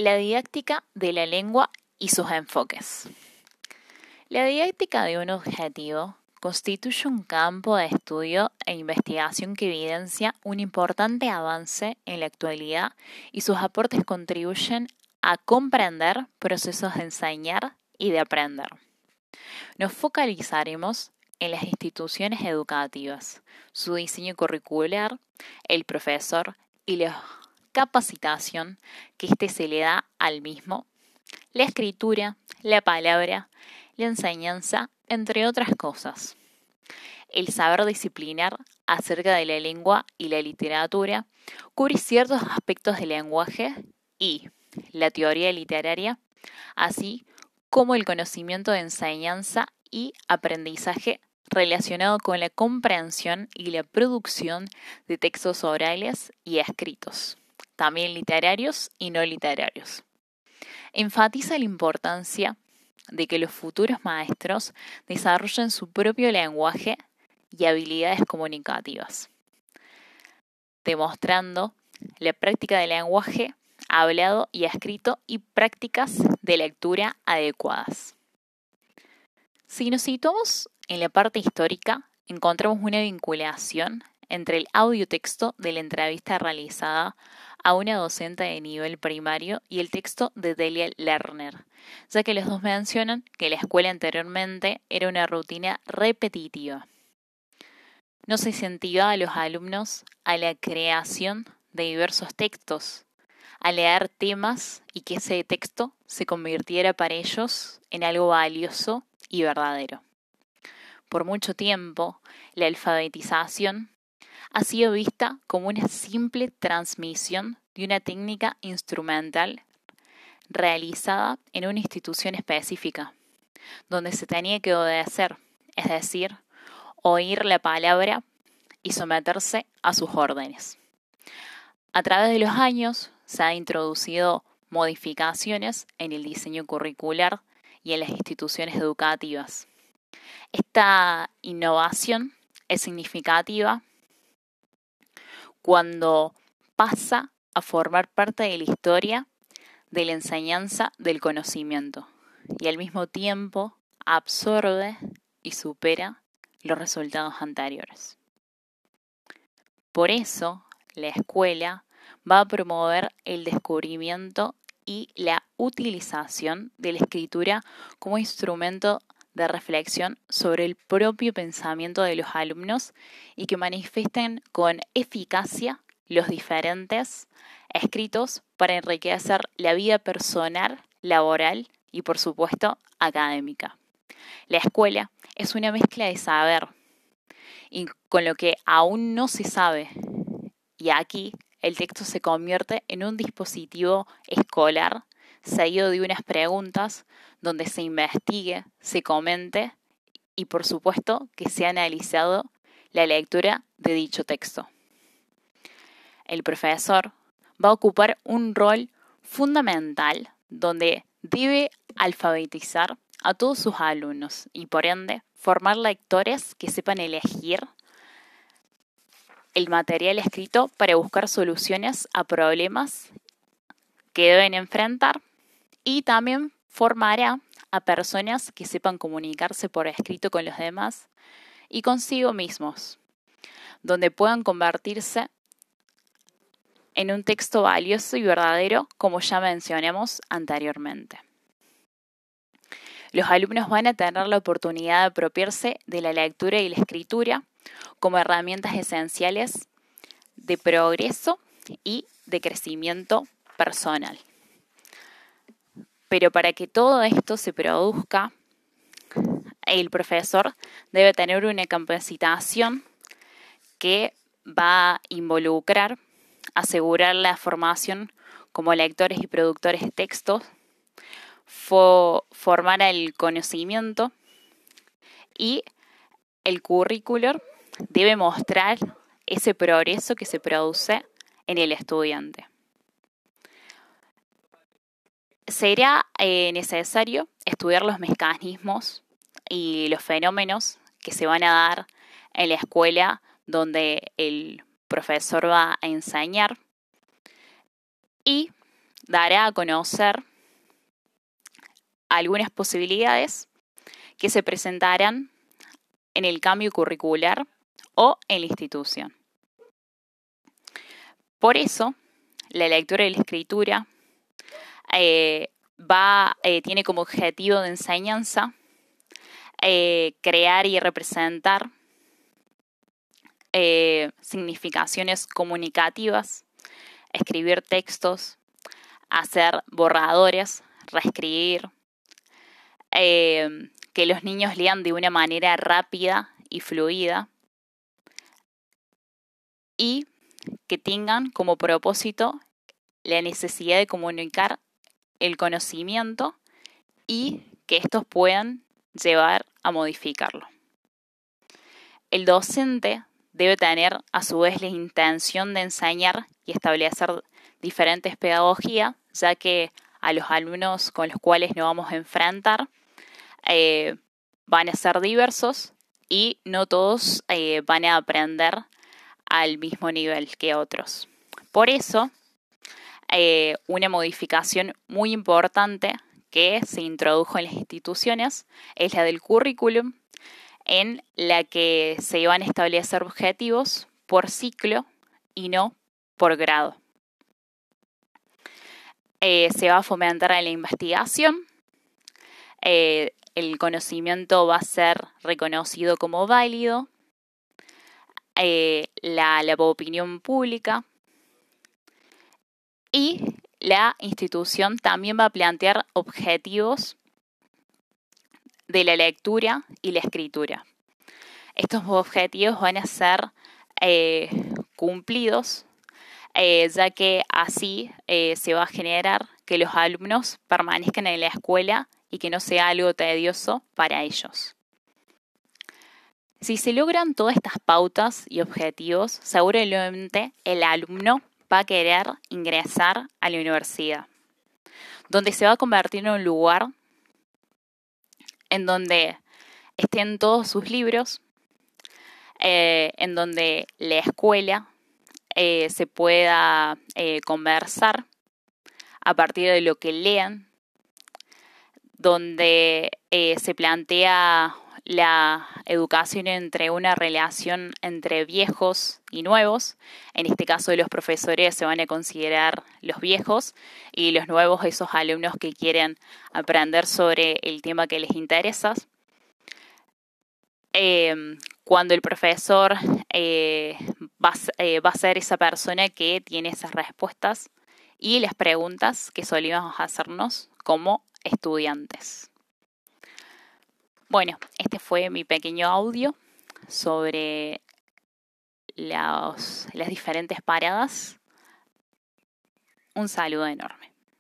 La didáctica de la lengua y sus enfoques. La didáctica de un objetivo constituye un campo de estudio e investigación que evidencia un importante avance en la actualidad y sus aportes contribuyen a comprender procesos de enseñar y de aprender. Nos focalizaremos en las instituciones educativas, su diseño curricular, el profesor y la capacitación que éste se le da al mismo, la escritura, la palabra, la enseñanza, entre otras cosas. El saber disciplinar acerca de la lengua y la literatura cubre ciertos aspectos del lenguaje y la teoría literaria, así como el conocimiento de enseñanza y aprendizaje relacionado con la comprensión y la producción de textos orales y escritos, también literarios y no literarios. Enfatiza la importancia de que los futuros maestros desarrollen su propio lenguaje y habilidades comunicativas, demostrando la práctica del lenguaje hablado y escrito y prácticas de lectura adecuadas. Si nos situamos en la parte histórica, encontramos una vinculación entre el audiotexto de la entrevista realizada a una docente de nivel primario y el texto de Delia Lerner, ya que los dos mencionan que la escuela anteriormente era una rutina repetitiva. No se incentivaba a los alumnos a la creación de diversos textos, a leer temas y que ese texto se convirtiera para ellos en algo valioso y verdadero. Por mucho tiempo, la alfabetización ha sido vista como una simple transmisión de una técnica instrumental realizada en una institución específica, donde se tenía que obedecer, es decir, oír la palabra y someterse a sus órdenes. A través de los años se han introducido modificaciones en el diseño curricular y en las instituciones educativas. Esta innovación es significativa cuando pasa a formar parte de la historia de la enseñanza del conocimiento y al mismo tiempo absorbe y supera los resultados anteriores. Por eso, la escuela va a promover el descubrimiento y la utilización de la escritura como instrumento de reflexión sobre el propio pensamiento de los alumnos y que manifiesten con eficacia los diferentes escritos para enriquecer la vida personal, laboral y, por supuesto, académica. La escuela es una mezcla de saber y con lo que aún no se sabe, y aquí el texto se convierte en un dispositivo escolar seguido de unas preguntas donde se investigue, se comente y por supuesto que se ha analizado la lectura de dicho texto. El profesor va a ocupar un rol fundamental donde debe alfabetizar a todos sus alumnos y por ende formar lectores que sepan elegir el material escrito para buscar soluciones a problemas que deben enfrentar y también formará a personas que sepan comunicarse por escrito con los demás y consigo mismos, donde puedan convertirse en un texto valioso y verdadero, como ya mencionamos anteriormente. Los alumnos van a tener la oportunidad de apropiarse de la lectura y la escritura como herramientas esenciales de progreso y de crecimiento personal. Pero para que todo esto se produzca, el profesor debe tener una capacitación que va a involucrar, asegurar la formación como lectores y productores de textos, formar el conocimiento y el currículo debe mostrar ese progreso que se produce en el estudiante. Será necesario estudiar los mecanismos y los fenómenos que se van a dar en la escuela donde el profesor va a enseñar y dará a conocer algunas posibilidades que se presentarán en el cambio curricular o en la institución. Por eso, la lectura y la escritura tiene como objetivo de enseñanza crear y representar significaciones comunicativas, escribir textos, hacer borradores, reescribir, que los niños lean de una manera rápida y fluida y que tengan como propósito la necesidad de comunicar el conocimiento y que estos puedan llevar a modificarlo. El docente debe tener a su vez la intención de enseñar y establecer diferentes pedagogías, ya que a los alumnos con los cuales nos vamos a enfrentar van a ser diversos y no todos van a aprender al mismo nivel que otros. Por eso, una modificación muy importante que se introdujo en las instituciones es la del currículum, en la que se van a establecer objetivos por ciclo y no por grado. Se va a fomentar la investigación, el conocimiento va a ser reconocido como válido, la opinión pública, y la institución también va a plantear objetivos de la lectura y la escritura. Estos objetivos van a ser cumplidos, ya que así se va a generar que los alumnos permanezcan en la escuela y que no sea algo tedioso para ellos. Si se logran todas estas pautas y objetivos, seguramente el alumno va a querer ingresar a la universidad, donde se va a convertir en un lugar en donde estén todos sus libros, en donde la escuela se pueda conversar a partir de lo que lean, donde se plantea la educación entre una relación entre viejos y nuevos. En este caso, los profesores se van a considerar los viejos y los nuevos esos alumnos que quieren aprender sobre el tema que les interesa. Cuando el profesor va a ser esa persona que tiene esas respuestas y las preguntas que solíamos hacernos como estudiantes. Bueno, este fue mi pequeño audio sobre las diferentes paradas. Un saludo enorme.